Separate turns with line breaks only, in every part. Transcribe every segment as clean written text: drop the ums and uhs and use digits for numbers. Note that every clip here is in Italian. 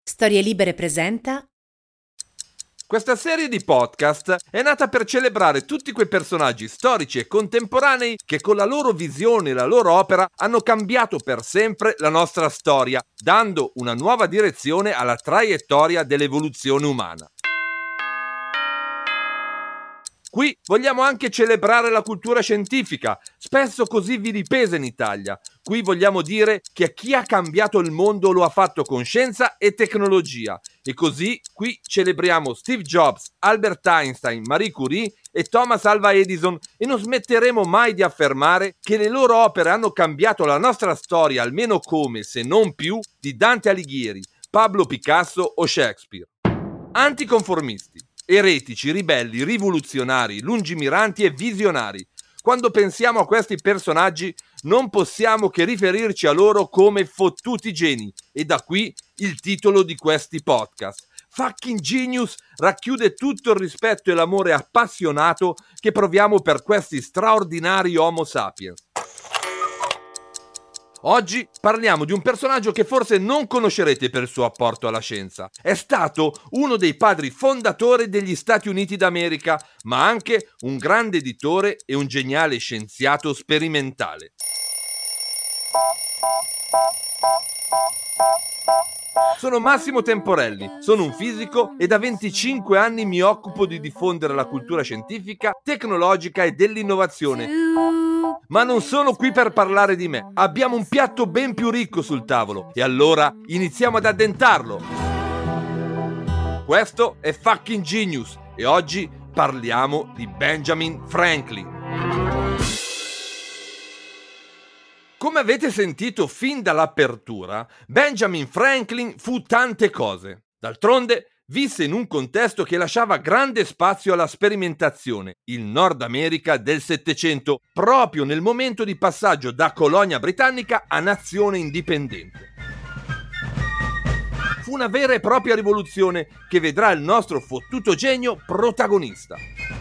Storie Libere presenta.
Questa serie di podcast è nata per celebrare tutti quei personaggi storici e contemporanei che con la loro visione e la loro opera hanno cambiato per sempre la nostra storia, dando una nuova direzione alla traiettoria dell'evoluzione umana. Qui vogliamo anche celebrare la cultura scientifica, spesso così vilipesa in Italia. Qui vogliamo dire che chi ha cambiato il mondo lo ha fatto con scienza e tecnologia. E così qui celebriamo Steve Jobs, Albert Einstein, Marie Curie e Thomas Alva Edison e non smetteremo mai di affermare che le loro opere hanno cambiato la nostra storia almeno come, se non più, di Dante Alighieri, Pablo Picasso o Shakespeare. Anticonformisti, eretici, ribelli, rivoluzionari, lungimiranti e visionari. Quando pensiamo a questi personaggi non possiamo che riferirci a loro come fottuti geni, e da qui il titolo di questi podcast. Fucking Genius racchiude tutto il rispetto e l'amore appassionato che proviamo per questi straordinari Homo sapiens. Oggi parliamo di un personaggio che forse non conoscerete per il suo apporto alla scienza. È stato uno dei padri fondatori degli Stati Uniti d'America, ma anche un grande editore e un geniale scienziato sperimentale. Sono Massimo Temporelli, sono un fisico e da 25 anni mi occupo di diffondere la cultura scientifica, tecnologica e dell'innovazione. Ma non sono qui per parlare di me, abbiamo un piatto ben più ricco sul tavolo e allora iniziamo ad addentarlo. Questo è Fucking Genius e oggi parliamo di Benjamin Franklin. Come avete sentito fin dall'apertura, Benjamin Franklin fu tante cose. D'altronde visse in un contesto che lasciava grande spazio alla sperimentazione, il Nord America del Settecento, proprio nel momento di passaggio da colonia britannica a nazione indipendente. Fu una vera e propria rivoluzione che vedrà il nostro fottuto genio protagonista.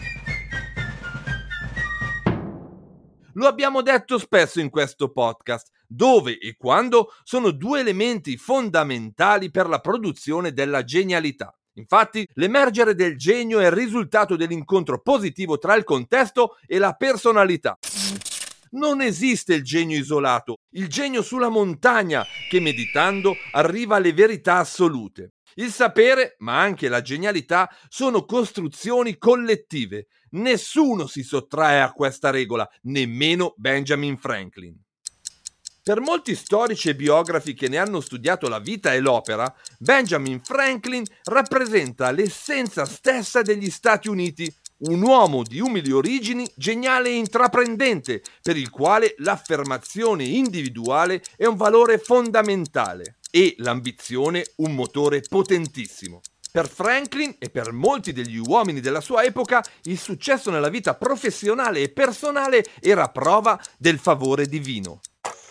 Lo abbiamo detto spesso in questo podcast, dove e quando sono due elementi fondamentali per la produzione della genialità. Infatti, l'emergere del genio è il risultato dell'incontro positivo tra il contesto e la personalità. Non esiste il genio isolato, il genio sulla montagna che meditando arriva alle verità assolute. Il sapere, ma anche la genialità, sono costruzioni collettive. Nessuno si sottrae a questa regola, nemmeno Benjamin Franklin. Per molti storici e biografi che ne hanno studiato la vita e l'opera, Benjamin Franklin rappresenta l'essenza stessa degli Stati Uniti, un uomo di umili origini, geniale e intraprendente, per il quale l'affermazione individuale è un valore fondamentale e l'ambizione un motore potentissimo. Per Franklin e per molti degli uomini della sua epoca, il successo nella vita professionale e personale era prova del favore divino.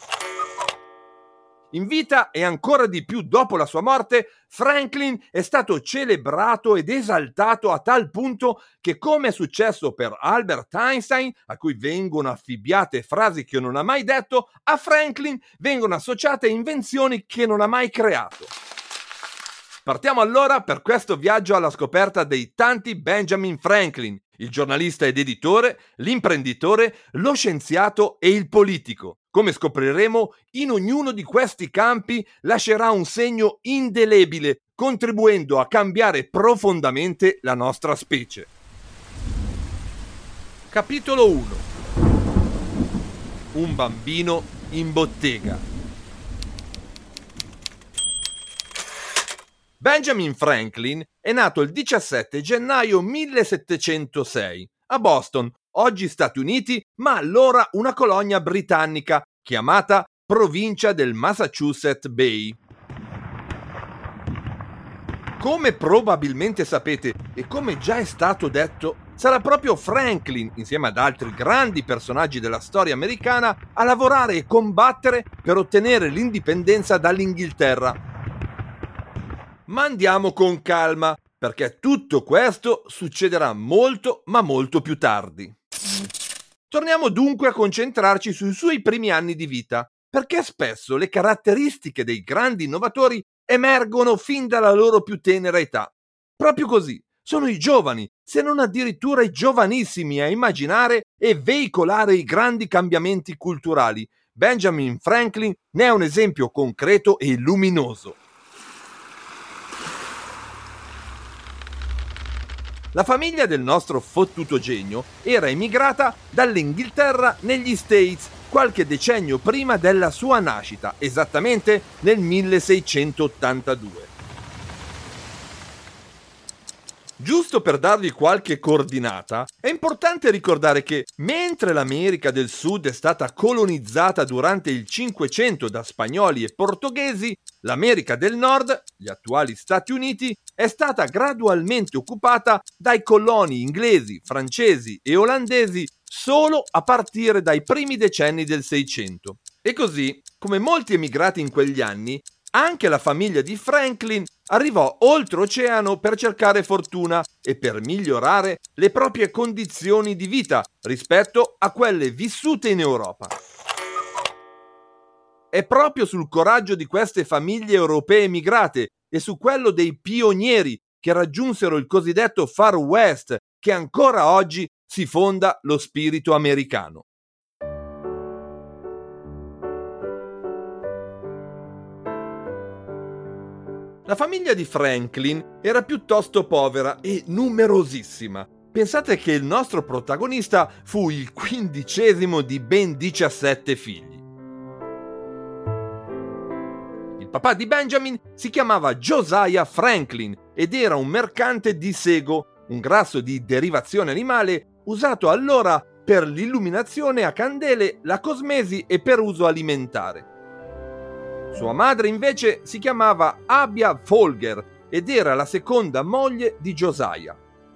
In vita e ancora di più dopo la sua morte, Franklin è stato celebrato ed esaltato a tal punto che, come è successo per Albert Einstein, a cui vengono affibbiate frasi che non ha mai detto, a Franklin vengono associate invenzioni che non ha mai creato. Partiamo allora per questo viaggio alla scoperta dei tanti Benjamin Franklin, il giornalista ed editore, l'imprenditore, lo scienziato e il politico. Come scopriremo, in ognuno di questi campi lascerà un segno indelebile, contribuendo a cambiare profondamente la nostra specie. Capitolo 1. Un bambino in bottega. Benjamin Franklin è nato il 17 gennaio 1706 a Boston, oggi Stati Uniti, ma allora una colonia britannica chiamata Provincia del Massachusetts Bay. Come probabilmente sapete e come già è stato detto, sarà proprio Franklin, insieme ad altri grandi personaggi della storia americana, a lavorare e combattere per ottenere l'indipendenza dall'Inghilterra. Ma andiamo con calma, perché tutto questo succederà molto, ma molto più tardi. Torniamo dunque a concentrarci sui suoi primi anni di vita, perché spesso le caratteristiche dei grandi innovatori emergono fin dalla loro più tenera età. Proprio così, sono i giovani, se non addirittura i giovanissimi, a immaginare e veicolare i grandi cambiamenti culturali. Benjamin Franklin ne è un esempio concreto e luminoso. La famiglia del nostro fottuto genio era emigrata dall'Inghilterra negli States qualche decennio prima della sua nascita, esattamente nel 1682. Giusto per darvi qualche coordinata, è importante ricordare che mentre l'America del Sud è stata colonizzata durante il Cinquecento da spagnoli e portoghesi, l'America del Nord, gli attuali Stati Uniti, è stata gradualmente occupata dai coloni inglesi, francesi e olandesi solo a partire dai primi decenni del Seicento. E così, come molti emigrati in quegli anni, anche la famiglia di Franklin arrivò oltreoceano per cercare fortuna e per migliorare le proprie condizioni di vita rispetto a quelle vissute in Europa. È proprio sul coraggio di queste famiglie europee emigrate e su quello dei pionieri che raggiunsero il cosiddetto Far West che ancora oggi si fonda lo spirito americano. La famiglia di Franklin era piuttosto povera e numerosissima. Pensate che il nostro protagonista fu il 15° di ben 17 figli. Il papà di Benjamin si chiamava Josiah Franklin ed era un mercante di sego, un grasso di derivazione animale usato allora per l'illuminazione a candele, la cosmesi e per uso alimentare. Sua madre invece si chiamava Abia Folger ed era la seconda moglie di Josiah.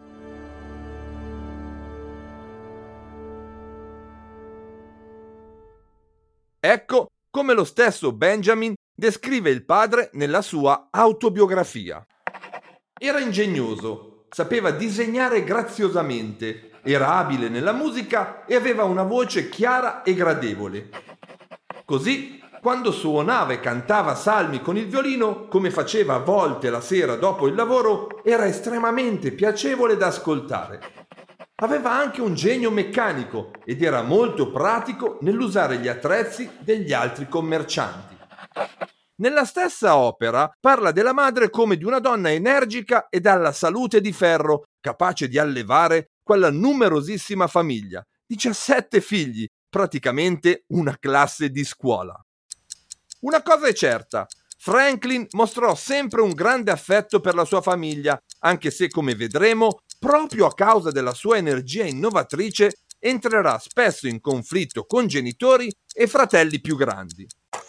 Ecco come lo stesso Benjamin descrive il padre nella sua autobiografia. Era ingegnoso, sapeva disegnare graziosamente, era abile nella musica e aveva una voce chiara e gradevole. Così, quando suonava e cantava salmi con il violino, come faceva a volte la sera dopo il lavoro, era estremamente piacevole da ascoltare. Aveva anche un genio meccanico ed era molto pratico nell'usare gli attrezzi degli altri commercianti. Nella stessa opera parla della madre come di una donna energica e dalla salute di ferro, capace di allevare quella numerosissima famiglia, 17 figli, praticamente una classe di scuola. Una cosa è certa, Franklin mostrò sempre un grande affetto per la sua famiglia, anche se, come vedremo, proprio a causa della sua energia innovatrice, entrerà spesso in conflitto con genitori e fratelli più grandi.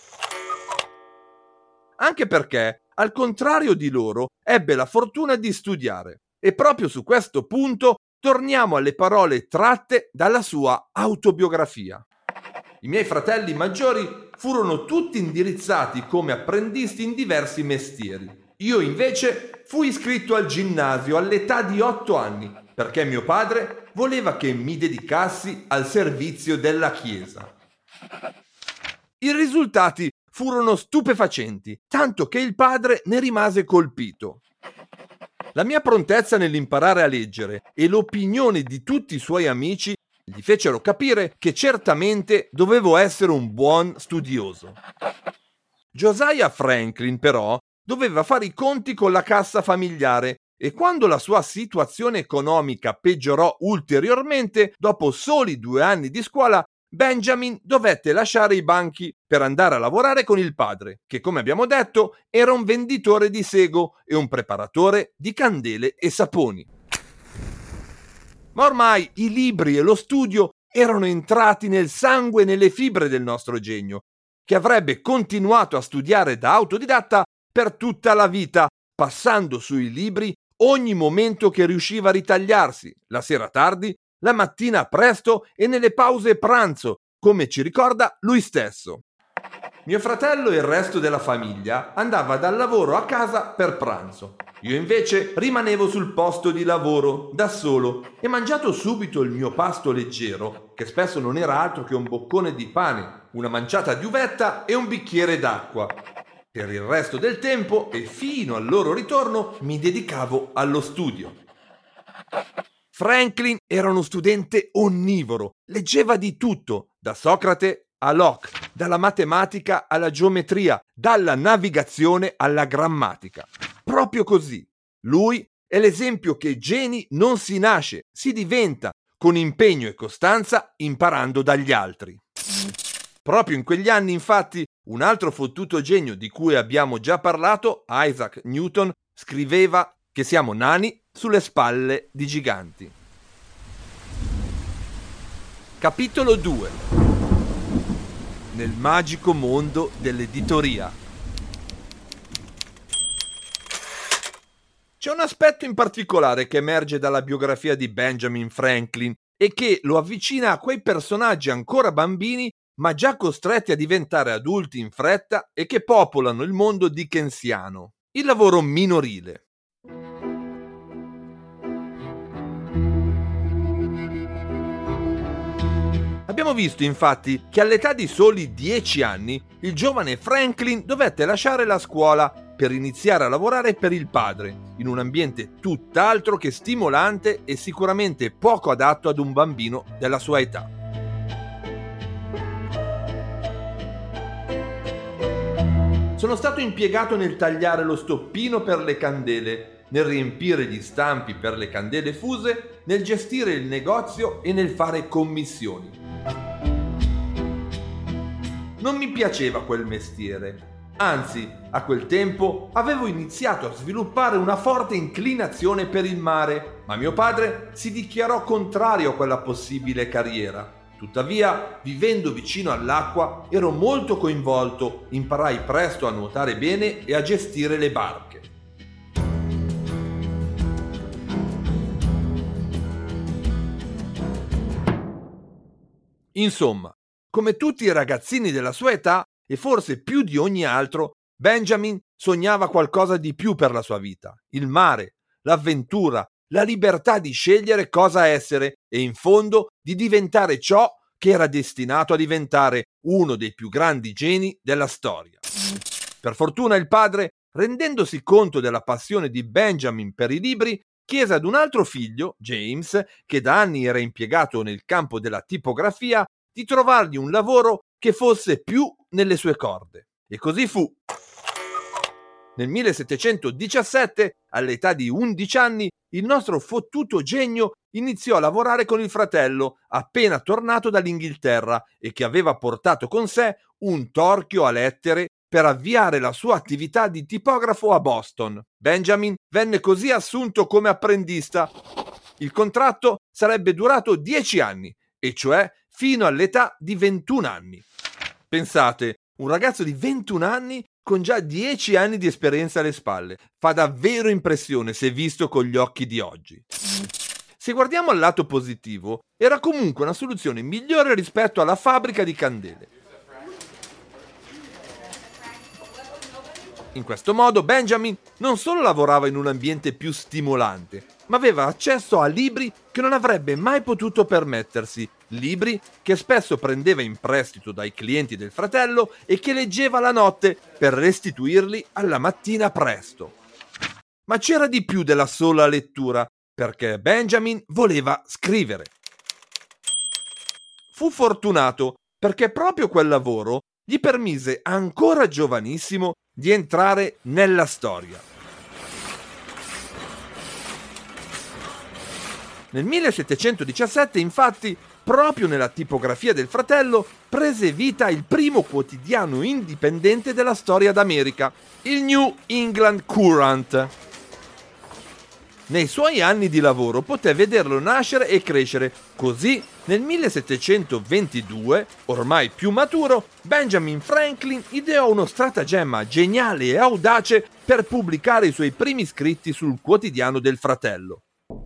Anche perché, al contrario di loro, ebbe la fortuna di studiare. E proprio su questo punto torniamo alle parole tratte dalla sua autobiografia. I miei fratelli maggiori furono tutti indirizzati come apprendisti in diversi mestieri. Io invece fui iscritto al ginnasio all'età di 8 anni perché mio padre voleva che mi dedicassi al servizio della Chiesa. I risultati furono stupefacenti, tanto che il padre ne rimase colpito. La mia prontezza nell'imparare a leggere e l'opinione di tutti i suoi amici gli fecero capire che certamente dovevo essere un buon studioso. Josiah Franklin, però, doveva fare i conti con la cassa familiare e quando la sua situazione economica peggiorò ulteriormente, dopo soli 2 anni di scuola, Benjamin dovette lasciare i banchi per andare a lavorare con il padre, che, come abbiamo detto, era un venditore di sego e un preparatore di candele e saponi. Ma ormai i libri e lo studio erano entrati nel sangue e nelle fibre del nostro genio, che avrebbe continuato a studiare da autodidatta per tutta la vita, passando sui libri ogni momento che riusciva a ritagliarsi, la sera tardi, la mattina presto e nelle pause pranzo, come ci ricorda lui stesso. Mio fratello e il resto della famiglia andava dal lavoro a casa per pranzo. Io invece rimanevo sul posto di lavoro, da solo, e mangiato subito il mio pasto leggero, che spesso non era altro che un boccone di pane, una manciata di uvetta e un bicchiere d'acqua. Per il resto del tempo e fino al loro ritorno mi dedicavo allo studio. Franklin era uno studente onnivoro, leggeva di tutto, da Socrate a Locke, dalla matematica alla geometria, dalla navigazione alla grammatica. Proprio così. Lui è l'esempio che geni non si nasce, si diventa, con impegno e costanza, imparando dagli altri. Proprio in quegli anni, infatti, un altro fottuto genio di cui abbiamo già parlato, Isaac Newton, scriveva che siamo nani sulle spalle di giganti. Capitolo 2. Nel magico mondo dell'editoria. C'è un aspetto in particolare che emerge dalla biografia di Benjamin Franklin e che lo avvicina a quei personaggi ancora bambini ma già costretti a diventare adulti in fretta e che popolano il mondo dickensiano, il lavoro minorile. Abbiamo visto infatti che all'età di soli 10 anni il giovane Franklin dovette lasciare la scuola per iniziare a lavorare per il padre, in un ambiente tutt'altro che stimolante e sicuramente poco adatto ad un bambino della sua età. Sono stato impiegato nel tagliare lo stoppino per le candele, nel riempire gli stampi per le candele fuse, nel gestire il negozio e nel fare commissioni. Non mi piaceva quel mestiere, anzi, a quel tempo avevo iniziato a sviluppare una forte inclinazione per il mare, ma mio padre si dichiarò contrario a quella possibile carriera. Tuttavia, vivendo vicino all'acqua, ero molto coinvolto, imparai presto a nuotare bene e a gestire le barche. Insomma, come tutti i ragazzini della sua età, e forse più di ogni altro, Benjamin sognava qualcosa di più per la sua vita: il mare, l'avventura, la libertà di scegliere cosa essere e in fondo di diventare ciò che era destinato a diventare uno dei più grandi geni della storia. Per fortuna il padre, rendendosi conto della passione di Benjamin per i libri, chiese ad un altro figlio, James, che da anni era impiegato nel campo della tipografia, di trovargli un lavoro che fosse più nelle sue corde. E così fu. Nel 1717, all'età di 11 anni, il nostro fottuto genio iniziò a lavorare con il fratello, appena tornato dall'Inghilterra e che aveva portato con sé un torchio a lettere per avviare la sua attività di tipografo a Boston. Benjamin venne così assunto come apprendista. Il contratto sarebbe durato 10 anni, e cioè fino all'età di 21 anni. Pensate, un ragazzo di 21 anni con già 10 anni di esperienza alle spalle. Fa davvero impressione se visto con gli occhi di oggi. Se guardiamo al lato positivo, era comunque una soluzione migliore rispetto alla fabbrica di candele. In questo modo Benjamin non solo lavorava in un ambiente più stimolante, ma aveva accesso a libri che non avrebbe mai potuto permettersi, libri che spesso prendeva in prestito dai clienti del fratello e che leggeva la notte per restituirli alla mattina presto. Ma c'era di più della sola lettura, perché Benjamin voleva scrivere. Fu fortunato perché proprio quel lavoro gli permise, ancora giovanissimo, di entrare nella storia. Nel 1717, infatti, proprio nella tipografia del fratello, prese vita il primo quotidiano indipendente della storia d'America, il New England Courant. Nei suoi anni di lavoro poté vederlo nascere e crescere, così nel 1722, ormai più maturo, Benjamin Franklin ideò uno stratagemma geniale e audace per pubblicare i suoi primi scritti sul quotidiano del fratello.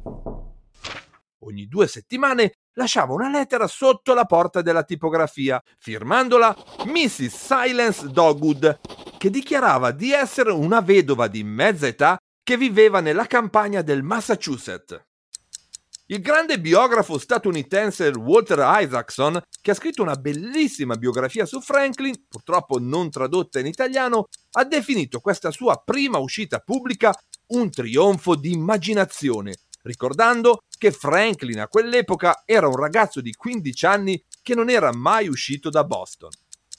Ogni 2 settimane lasciava una lettera sotto la porta della tipografia, firmandola Mrs. Silence Dogwood, che dichiarava di essere una vedova di mezza età che viveva nella campagna del Massachusetts. Il grande biografo statunitense Walter Isaacson, che ha scritto una bellissima biografia su Franklin, purtroppo non tradotta in italiano, ha definito questa sua prima uscita pubblica un trionfo di immaginazione, ricordando che Franklin a quell'epoca era un ragazzo di 15 anni che non era mai uscito da Boston.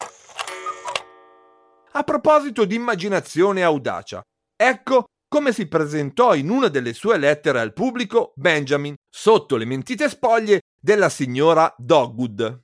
A proposito di immaginazione e audacia, ecco come si presentò in una delle sue lettere al pubblico Benjamin sotto le mentite spoglie della signora Dogwood.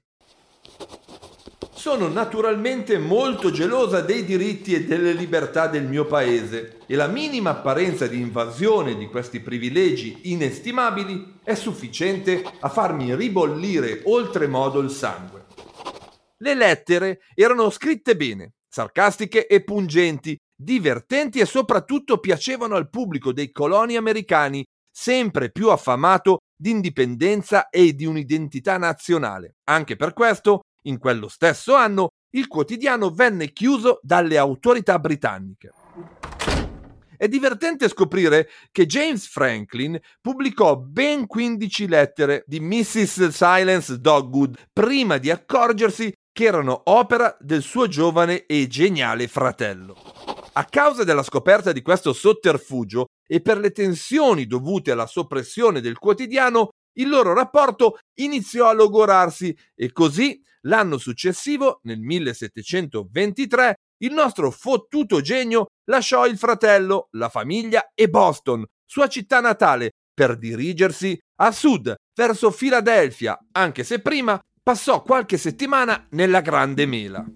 Sono naturalmente molto gelosa dei diritti e delle libertà del mio paese e la minima apparenza di invasione di questi privilegi inestimabili è sufficiente a farmi ribollire oltremodo il sangue. Le lettere erano scritte bene, sarcastiche e pungenti, divertenti e soprattutto piacevano al pubblico dei coloni americani, sempre più affamato di indipendenza e di un'identità nazionale. Anche per questo, in quello stesso anno, il quotidiano venne chiuso dalle autorità britanniche. È divertente scoprire che James Franklin pubblicò ben 15 lettere di Mrs. Silence Dogwood prima di accorgersi che erano opera del suo giovane e geniale fratello. A causa della scoperta di questo sotterfugio e per le tensioni dovute alla soppressione del quotidiano, il loro rapporto iniziò a logorarsi e così l'anno successivo, nel 1723, il nostro fottuto genio lasciò il fratello, la famiglia e Boston, sua città natale, per dirigersi a sud, verso Filadelfia, anche se prima passò qualche settimana nella Grande Mela.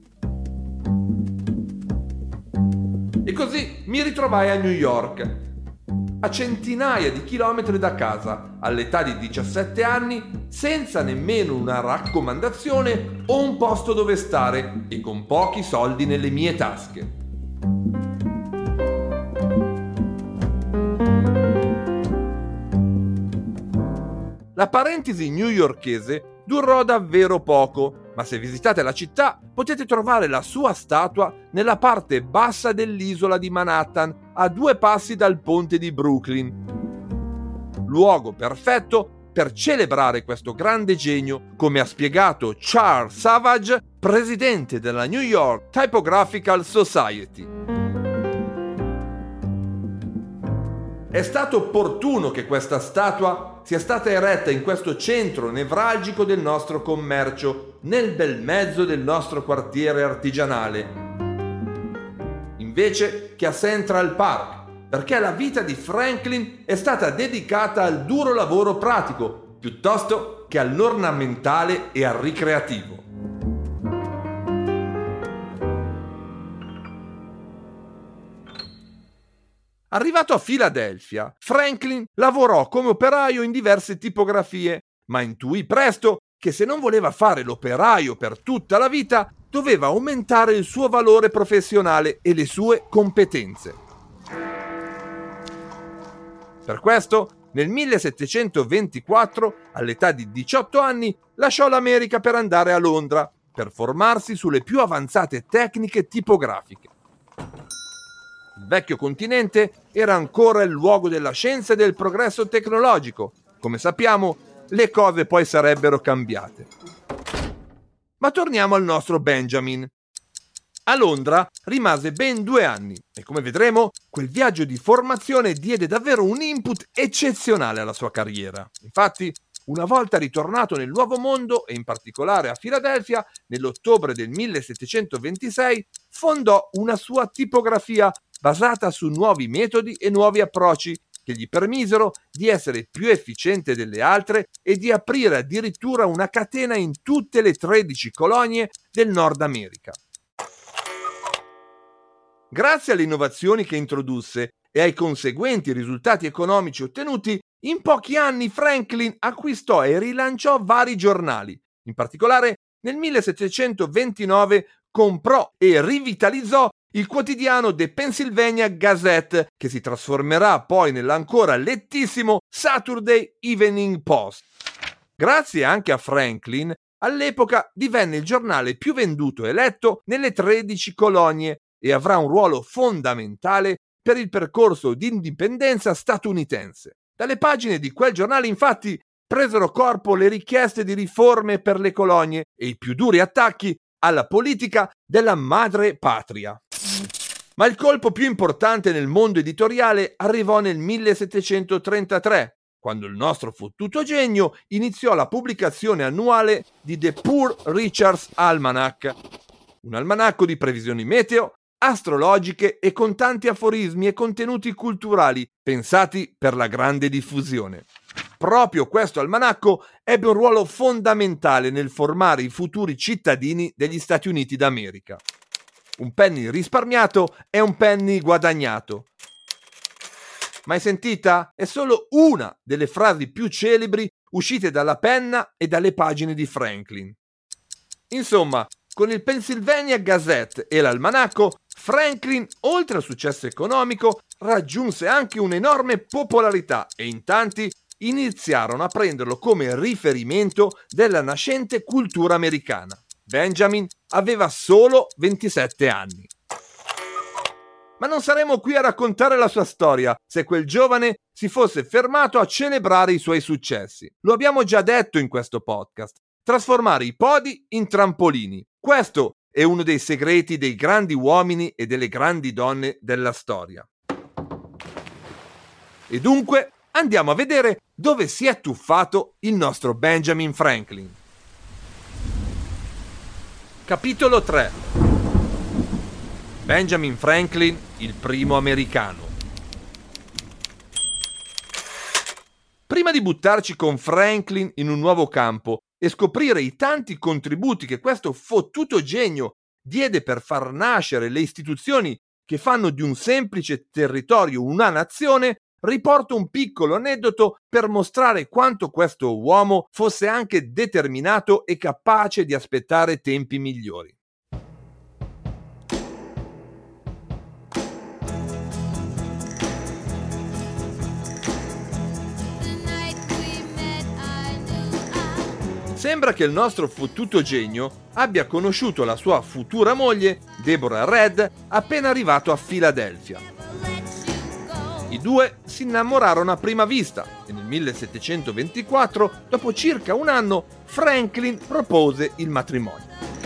E così mi ritrovai a New York, a centinaia di chilometri da casa, all'età di 17 anni, senza nemmeno una raccomandazione o un posto dove stare e con pochi soldi nelle mie tasche. La parentesi newyorkese durò davvero poco, ma se visitate la città potete trovare la sua statua nella parte bassa dell'isola di Manhattan, a 2 passi dal ponte di Brooklyn. Luogo perfetto per celebrare questo grande genio, come ha spiegato Charles Savage, presidente della New York Typographical Society. È stato opportuno che questa statua sia stata eretta in questo centro nevralgico del nostro commercio, nel bel mezzo del nostro quartiere artigianale, invece che a Central Park, perché la vita di Franklin è stata dedicata al duro lavoro pratico, piuttosto che all'ornamentale e al ricreativo. Arrivato a Filadelfia, Franklin lavorò come operaio in diverse tipografie, ma intuì presto che se non voleva fare l'operaio per tutta la vita, doveva aumentare il suo valore professionale e le sue competenze. Per questo, nel 1724, all'età di 18 anni, lasciò l'America per andare a Londra, per formarsi sulle più avanzate tecniche tipografiche. Il vecchio continente era ancora il luogo della scienza e del progresso tecnologico. Come sappiamo, le cose poi sarebbero cambiate. Ma torniamo al nostro Benjamin. A Londra rimase ben 2 anni e, come vedremo, quel viaggio di formazione diede davvero un input eccezionale alla sua carriera. Infatti, una volta ritornato nel Nuovo Mondo, e in particolare a Filadelfia, nell'ottobre del 1726, fondò una sua tipografia basata su nuovi metodi e nuovi approcci che gli permisero di essere più efficiente delle altre e di aprire addirittura una catena in tutte le 13 colonie del Nord America. Grazie alle innovazioni che introdusse e ai conseguenti risultati economici ottenuti, in pochi anni Franklin acquistò e rilanciò vari giornali. In particolare, nel 1729 comprò e rivitalizzò il quotidiano The Pennsylvania Gazette, che si trasformerà poi nell'ancora lettissimo Saturday Evening Post. Grazie anche a Franklin, all'epoca divenne il giornale più venduto e letto nelle 13 colonie e avrà un ruolo fondamentale per il percorso di indipendenza statunitense. Dalle pagine di quel giornale, infatti, presero corpo le richieste di riforme per le colonie e i più duri attacchi alla politica della madre patria. Ma il colpo più importante nel mondo editoriale arrivò nel 1733, quando il nostro fottuto genio iniziò la pubblicazione annuale di The Poor Richard's Almanac, un almanacco di previsioni meteo, astrologiche e con tanti aforismi e contenuti culturali pensati per la grande diffusione. Proprio questo almanacco ebbe un ruolo fondamentale nel formare i futuri cittadini degli Stati Uniti d'America. Un penny risparmiato è un penny guadagnato. Mai sentita? È solo una delle frasi più celebri uscite dalla penna e dalle pagine di Franklin. Insomma, con il Pennsylvania Gazette e l'almanacco, Franklin, oltre al successo economico, raggiunse anche un'enorme popolarità e in tanti iniziarono a prenderlo come riferimento della nascente cultura americana. Benjamin aveva solo 27 anni. Ma non saremmo qui a raccontare la sua storia se quel giovane si fosse fermato a celebrare i suoi successi. Lo abbiamo già detto in questo podcast. Trasformare i podi in trampolini. Questo è uno dei segreti dei grandi uomini e delle grandi donne della storia. E dunque andiamo a vedere dove si è tuffato il nostro Benjamin Franklin. Capitolo 3. Benjamin Franklin, il primo americano. Prima di buttarci con Franklin in un nuovo campo e scoprire i tanti contributi che questo fottuto genio diede per far nascere le istituzioni che fanno di un semplice territorio una nazione, riporto un piccolo aneddoto per mostrare quanto questo uomo fosse anche determinato e capace di aspettare tempi migliori. Sembra che il nostro fottuto genio abbia conosciuto la sua futura moglie, Deborah Read, appena arrivato a Filadelfia. I due si innamorarono a prima vista e nel 1724, dopo circa un anno, Franklin propose il matrimonio.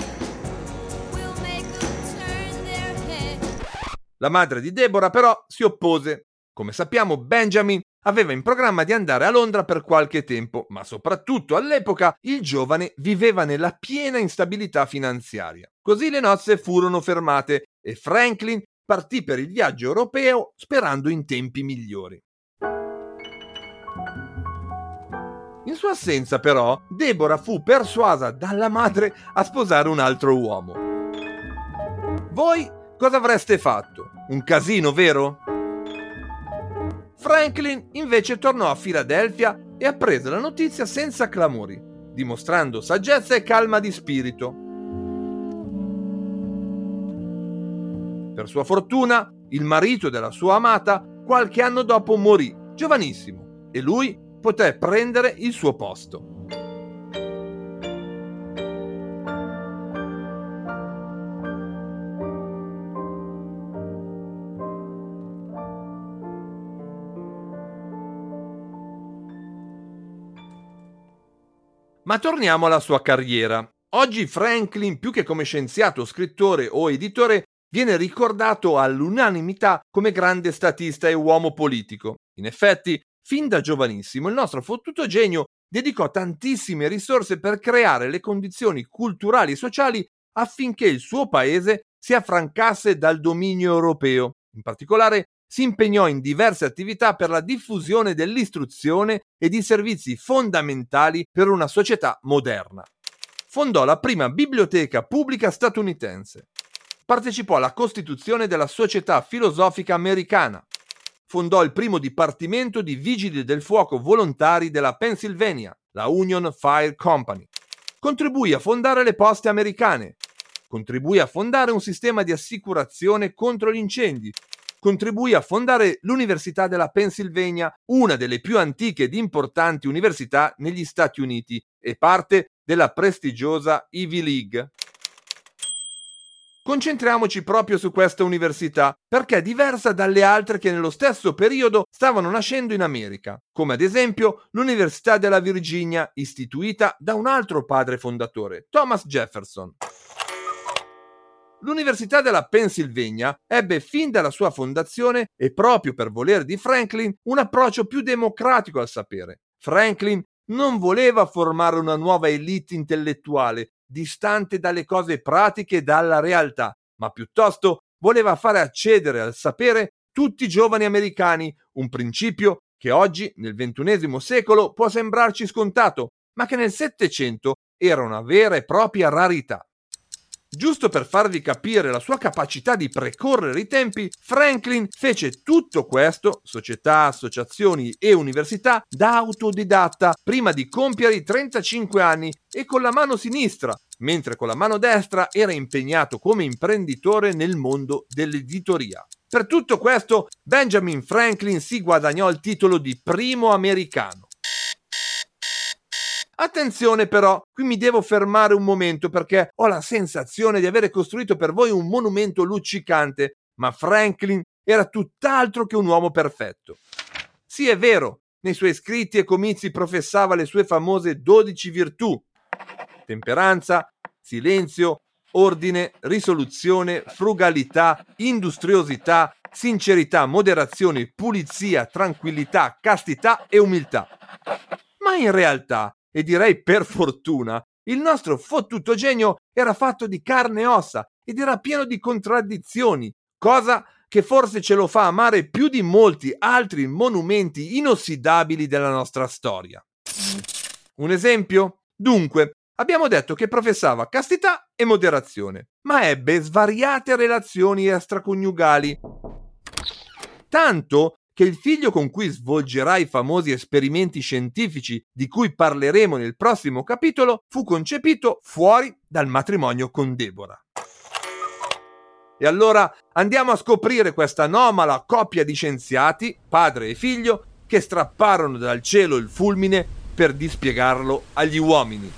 La madre di Deborah però si oppose. Come sappiamo, Benjamin aveva in programma di andare a Londra per qualche tempo, ma soprattutto all'epoca il giovane viveva nella piena instabilità finanziaria. Così le nozze furono fermate e Franklin partì per il viaggio europeo sperando in tempi migliori. In sua assenza, però, Deborah fu persuasa dalla madre a sposare un altro uomo. Voi cosa avreste fatto? Un casino, vero? Franklin invece tornò a Filadelfia e apprese la notizia senza clamori, dimostrando saggezza e calma di spirito. Per sua fortuna, il marito della sua amata qualche anno dopo morì, giovanissimo, e lui poté prendere il suo posto. Ma torniamo alla sua carriera. Oggi Franklin, più che come scienziato, scrittore o editore, viene ricordato all'unanimità come grande statista e uomo politico. In effetti, fin da giovanissimo, il nostro fottuto genio dedicò tantissime risorse per creare le condizioni culturali e sociali affinché il suo paese si affrancasse dal dominio europeo. In particolare, si impegnò in diverse attività per la diffusione dell'istruzione e di servizi fondamentali per una società moderna. Fondò la prima biblioteca pubblica statunitense. Partecipò alla costituzione della Società Filosofica Americana. Fondò il primo dipartimento di vigili del fuoco volontari della Pennsylvania, la Union Fire Company. Contribuì a fondare le poste americane. Contribuì a fondare un sistema di assicurazione contro gli incendi. Contribuì a fondare l'Università della Pennsylvania, una delle più antiche ed importanti università negli Stati Uniti e parte della prestigiosa Ivy League. Concentriamoci proprio su questa università, perché è diversa dalle altre che nello stesso periodo stavano nascendo in America, come ad esempio l'Università della Virginia, istituita da un altro padre fondatore, Thomas Jefferson. L'Università della Pennsylvania ebbe fin dalla sua fondazione, e proprio per volere di Franklin, un approccio più democratico al sapere. Franklin non voleva formare una nuova elite intellettuale, distante dalle cose pratiche e dalla realtà, ma piuttosto voleva fare accedere al sapere tutti i giovani americani, un principio che oggi, nel XXI secolo, può sembrarci scontato, ma che nel Settecento era una vera e propria rarità. Giusto per farvi capire la sua capacità di precorrere i tempi, Franklin fece tutto questo, società, associazioni e università, da autodidatta, prima di compiere i 35 anni e con la mano sinistra, mentre con la mano destra era impegnato come imprenditore nel mondo dell'editoria. Per tutto questo, Benjamin Franklin si guadagnò il titolo di primo americano. Attenzione però, qui mi devo fermare un momento perché ho la sensazione di avere costruito per voi un monumento luccicante, ma Franklin era tutt'altro che un uomo perfetto. Sì, è vero, nei suoi scritti e comizi professava le sue famose 12 virtù: temperanza, silenzio, ordine, risoluzione, frugalità, industriosità, sincerità, moderazione, pulizia, tranquillità, castità e umiltà. Ma in realtà, e direi per fortuna, il nostro fottuto genio era fatto di carne e ossa ed era pieno di contraddizioni, cosa che forse ce lo fa amare più di molti altri monumenti inossidabili della nostra storia. Un esempio? Dunque, abbiamo detto che professava castità e moderazione, ma ebbe svariate relazioni extraconiugali, tanto che il figlio con cui svolgerà i famosi esperimenti scientifici di cui parleremo nel prossimo capitolo fu concepito fuori dal matrimonio con Deborah. E allora andiamo a scoprire questa anomala coppia di scienziati, padre e figlio, che strapparono dal cielo il fulmine per dispiegarlo agli uomini.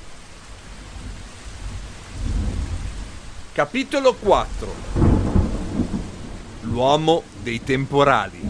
Capitolo 4. L'uomo dei temporali.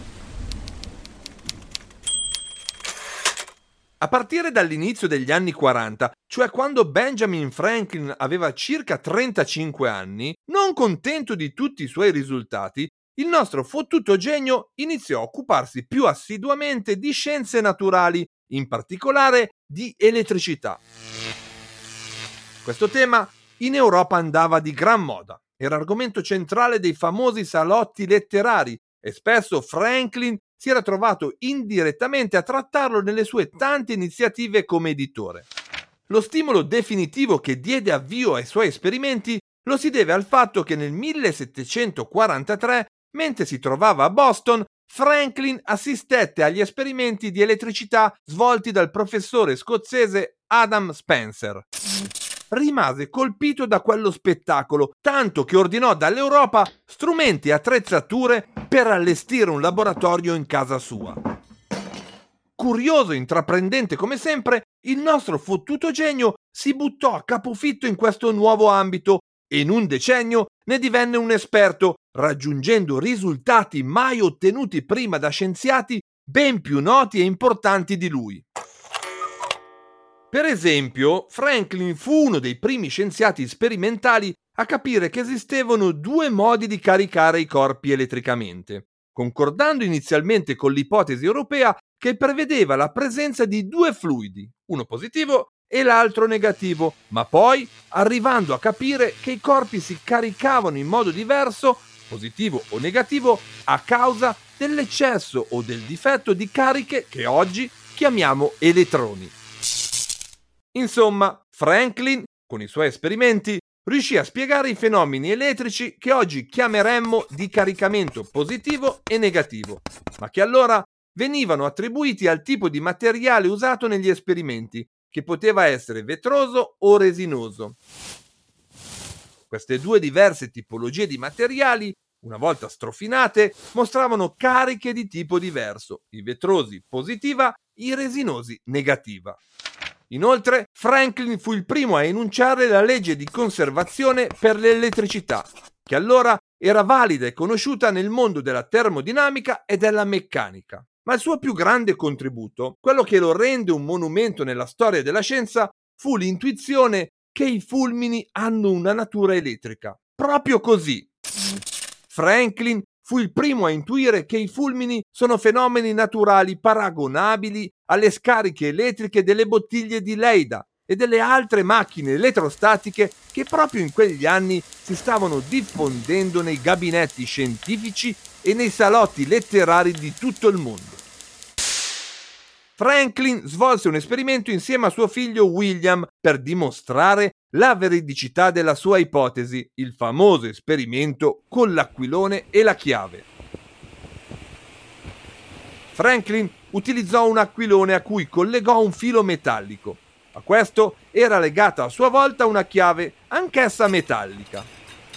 A partire dall'inizio degli anni 40, cioè quando Benjamin Franklin aveva circa 35 anni, non contento di tutti i suoi risultati, il nostro fottuto genio iniziò a occuparsi più assiduamente di scienze naturali, in particolare di elettricità. Questo tema in Europa andava di gran moda, era argomento centrale dei famosi salotti letterari e spesso Franklin si era trovato indirettamente a trattarlo nelle sue tante iniziative come editore. Lo stimolo definitivo che diede avvio ai suoi esperimenti lo si deve al fatto che nel 1743, mentre si trovava a Boston, Franklin assistette agli esperimenti di elettricità svolti dal professore scozzese Adam Spencer. Rimase colpito da quello spettacolo, tanto che ordinò dall'Europa strumenti e attrezzature per allestire un laboratorio in casa sua. Curioso e intraprendente come sempre, il nostro fottuto genio si buttò a capofitto in questo nuovo ambito e in un decennio ne divenne un esperto, raggiungendo risultati mai ottenuti prima da scienziati ben più noti e importanti di lui. Per esempio, Franklin fu uno dei primi scienziati sperimentali a capire che esistevano due modi di caricare i corpi elettricamente, concordando inizialmente con l'ipotesi europea che prevedeva la presenza di due fluidi, uno positivo e l'altro negativo, ma poi arrivando a capire che i corpi si caricavano in modo diverso, positivo o negativo, a causa dell'eccesso o del difetto di cariche che oggi chiamiamo elettroni. Insomma, Franklin, con i suoi esperimenti, riuscì a spiegare i fenomeni elettrici che oggi chiameremmo di caricamento positivo e negativo, ma che allora venivano attribuiti al tipo di materiale usato negli esperimenti, che poteva essere vetroso o resinoso. Queste due diverse tipologie di materiali, una volta strofinate, mostravano cariche di tipo diverso, i vetrosi positiva, i resinosi negativa. Inoltre, Franklin fu il primo a enunciare la legge di conservazione per l'elettricità, che allora era valida e conosciuta nel mondo della termodinamica e della meccanica. Ma il suo più grande contributo, quello che lo rende un monumento nella storia della scienza, fu l'intuizione che i fulmini hanno una natura elettrica. Proprio così. Franklin fu il primo a intuire che i fulmini sono fenomeni naturali paragonabili alle scariche elettriche delle bottiglie di Leyda e delle altre macchine elettrostatiche che proprio in quegli anni si stavano diffondendo nei gabinetti scientifici e nei salotti letterari di tutto il mondo. Franklin svolse un esperimento insieme a suo figlio William per dimostrare la veridicità della sua ipotesi, il famoso esperimento con l'aquilone e la chiave. Franklin utilizzò un aquilone a cui collegò un filo metallico. A questo era legata a sua volta una chiave, anch'essa metallica.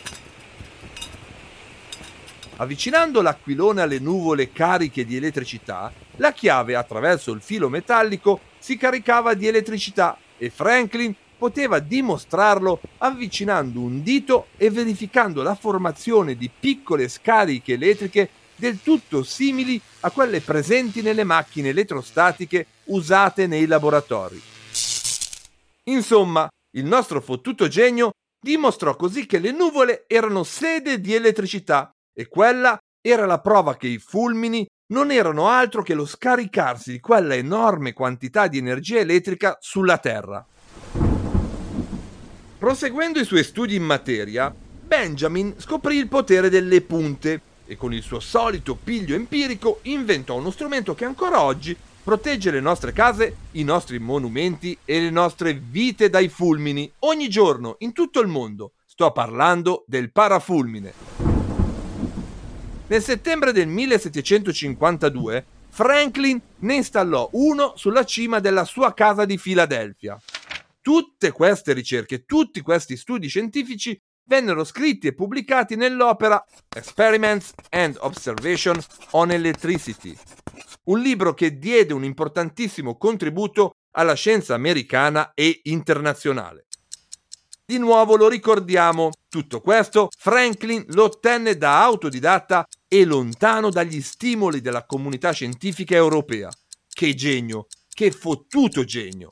Avvicinando l'aquilone alle nuvole cariche di elettricità, la chiave attraverso il filo metallico si caricava di elettricità e Franklin poteva dimostrarlo avvicinando un dito e verificando la formazione di piccole scariche elettriche del tutto simili a quelle presenti nelle macchine elettrostatiche usate nei laboratori. Insomma, il nostro fottuto genio dimostrò così che le nuvole erano sede di elettricità e quella era la prova che i fulmini non erano altro che lo scaricarsi di quella enorme quantità di energia elettrica sulla Terra. Proseguendo i suoi studi in materia, Benjamin scoprì il potere delle punte e con il suo solito piglio empirico inventò uno strumento che ancora oggi protegge le nostre case, i nostri monumenti e le nostre vite dai fulmini ogni giorno in tutto il mondo. Sto parlando del parafulmine. Nel settembre del 1752 Franklin ne installò uno sulla cima della sua casa di Filadelfia. Tutte queste ricerche, tutti questi studi scientifici vennero scritti e pubblicati nell'opera Experiments and Observation on Electricity, un libro che diede un importantissimo contributo alla scienza americana e internazionale. Di nuovo lo ricordiamo, tutto questo Franklin lo ottenne da autodidatta e lontano dagli stimoli della comunità scientifica europea. Che genio, che fottuto genio!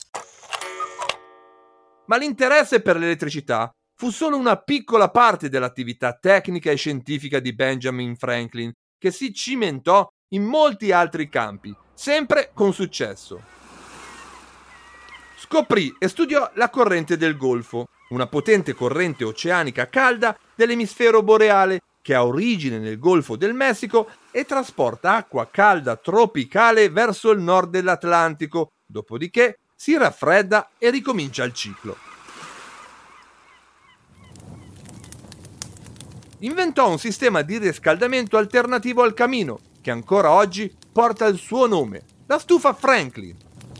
Ma l'interesse per l'elettricità fu solo una piccola parte dell'attività tecnica e scientifica di Benjamin Franklin, che si cimentò in molti altri campi, sempre con successo. Scoprì e studiò la corrente del Golfo, una potente corrente oceanica calda dell'emisfero boreale che ha origine nel Golfo del Messico e trasporta acqua calda tropicale verso il nord dell'Atlantico, dopodiché si raffredda e ricomincia il ciclo. Inventò un sistema di riscaldamento alternativo al camino, che ancora oggi porta il suo nome, la stufa Franklin.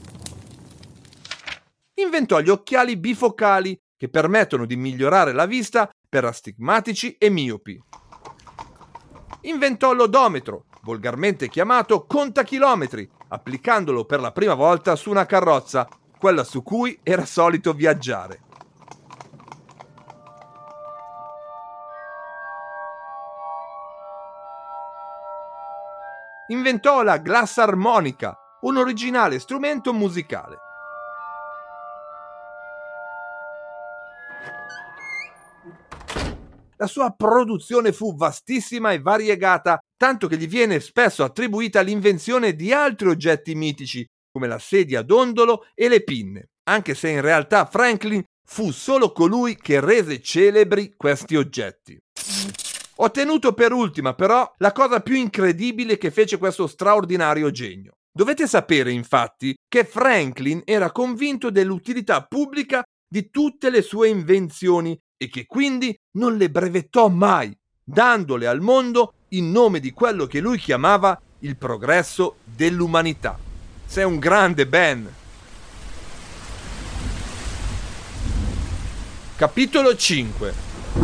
Inventò gli occhiali bifocali, che permettono di migliorare la vista per astigmatici e miopi. Inventò l'odometro, volgarmente chiamato contachilometri, applicandolo per la prima volta su una carrozza, quella su cui era solito viaggiare. Inventò la glassarmonica, un originale strumento musicale. La sua produzione fu vastissima e variegata, tanto che gli viene spesso attribuita l'invenzione di altri oggetti mitici, come la sedia a dondolo e le pinne, anche se in realtà Franklin fu solo colui che rese celebri questi oggetti. Ho tenuto per ultima, però, la cosa più incredibile che fece questo straordinario genio. Dovete sapere, infatti, che Franklin era convinto dell'utilità pubblica di tutte le sue invenzioni e che quindi non le brevettò mai, dandole al mondo in nome di quello che lui chiamava il progresso dell'umanità. Sei un grande, Ben! Capitolo 5.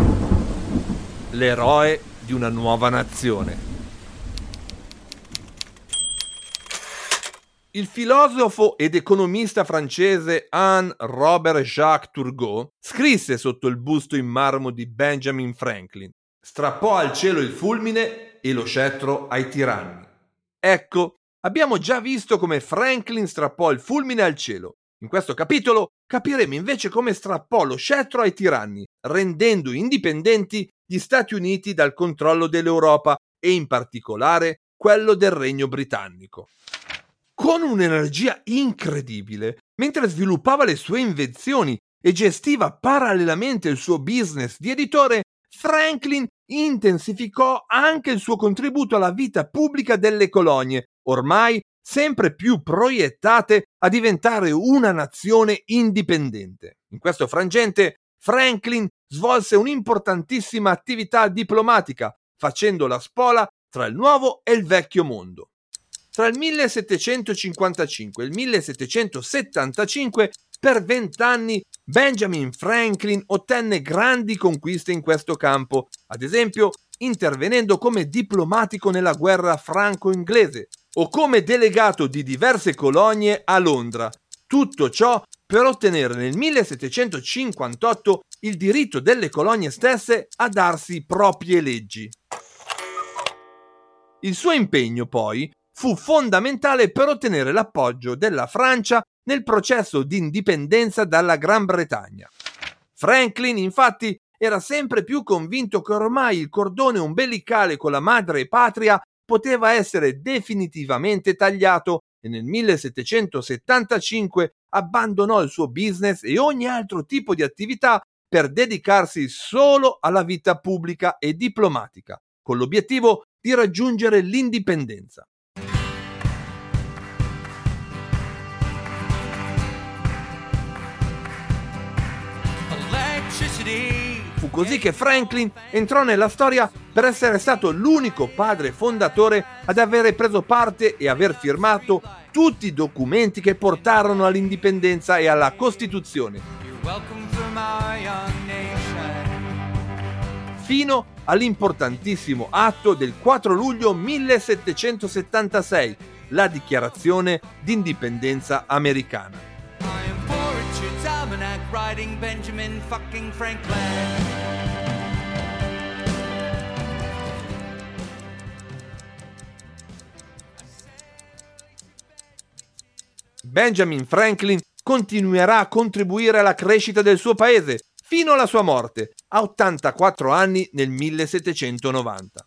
L'eroe di una nuova nazione. Il filosofo ed economista francese Henri-Robert Jacques Turgot scrisse sotto il busto in marmo di Benjamin Franklin: strappò al cielo il fulmine e lo scettro ai tiranni. Ecco, abbiamo già visto come Franklin strappò il fulmine al cielo. In questo capitolo capiremo invece come strappò lo scettro ai tiranni, rendendo indipendenti gli Stati Uniti dal controllo dell'Europa e in particolare quello del Regno Britannico. Con un'energia incredibile, mentre sviluppava le sue invenzioni e gestiva parallelamente il suo business di editore, Franklin intensificò anche il suo contributo alla vita pubblica delle colonie, ormai sempre più proiettate a diventare una nazione indipendente. In questo frangente, Franklin svolse un'importantissima attività diplomatica, facendo la spola tra il nuovo e il vecchio mondo. Tra il 1755 e il 1775, per 20 anni, Benjamin Franklin ottenne grandi conquiste in questo campo, ad esempio intervenendo come diplomatico nella guerra franco-inglese o come delegato di diverse colonie a Londra. Tutto ciò per ottenere nel 1758 il diritto delle colonie stesse a darsi proprie leggi. Il suo impegno, poi, fu fondamentale per ottenere l'appoggio della Francia nel processo di indipendenza dalla Gran Bretagna. Franklin, infatti, era sempre più convinto che ormai il cordone ombelicale con la madre patria poteva essere definitivamente tagliato e nel 1775 abbandonò il suo business e ogni altro tipo di attività per dedicarsi solo alla vita pubblica e diplomatica, con l'obiettivo di raggiungere l'indipendenza. Fu così che Franklin entrò nella storia per essere stato l'unico padre fondatore ad avere preso parte e aver firmato tutti i documenti che portarono all'indipendenza e alla Costituzione, fino all'importantissimo atto del 4 luglio 1776, la Dichiarazione d'indipendenza americana. Benjamin Franklin continuerà a contribuire alla crescita del suo paese fino alla sua morte, a 84 anni nel 1790.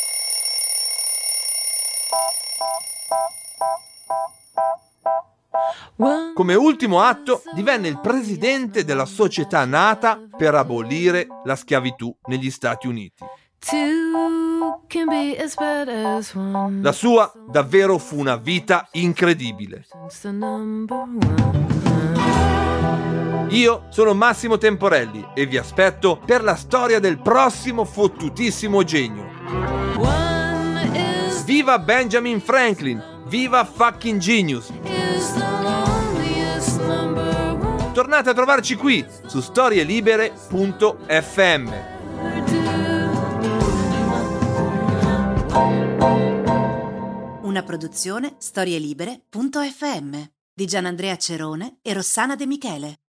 Come ultimo atto divenne il presidente della società nata per abolire la schiavitù negli Stati Uniti. La sua davvero fu una vita incredibile. Io sono Massimo Temporelli e vi aspetto per la storia del prossimo fottutissimo genio. Viva Benjamin Franklin! Viva fucking genius! Tornate a trovarci qui su storielibere.fm.
Una produzione storielibere.fm di Gianandrea Cerone e Rossana De Michele.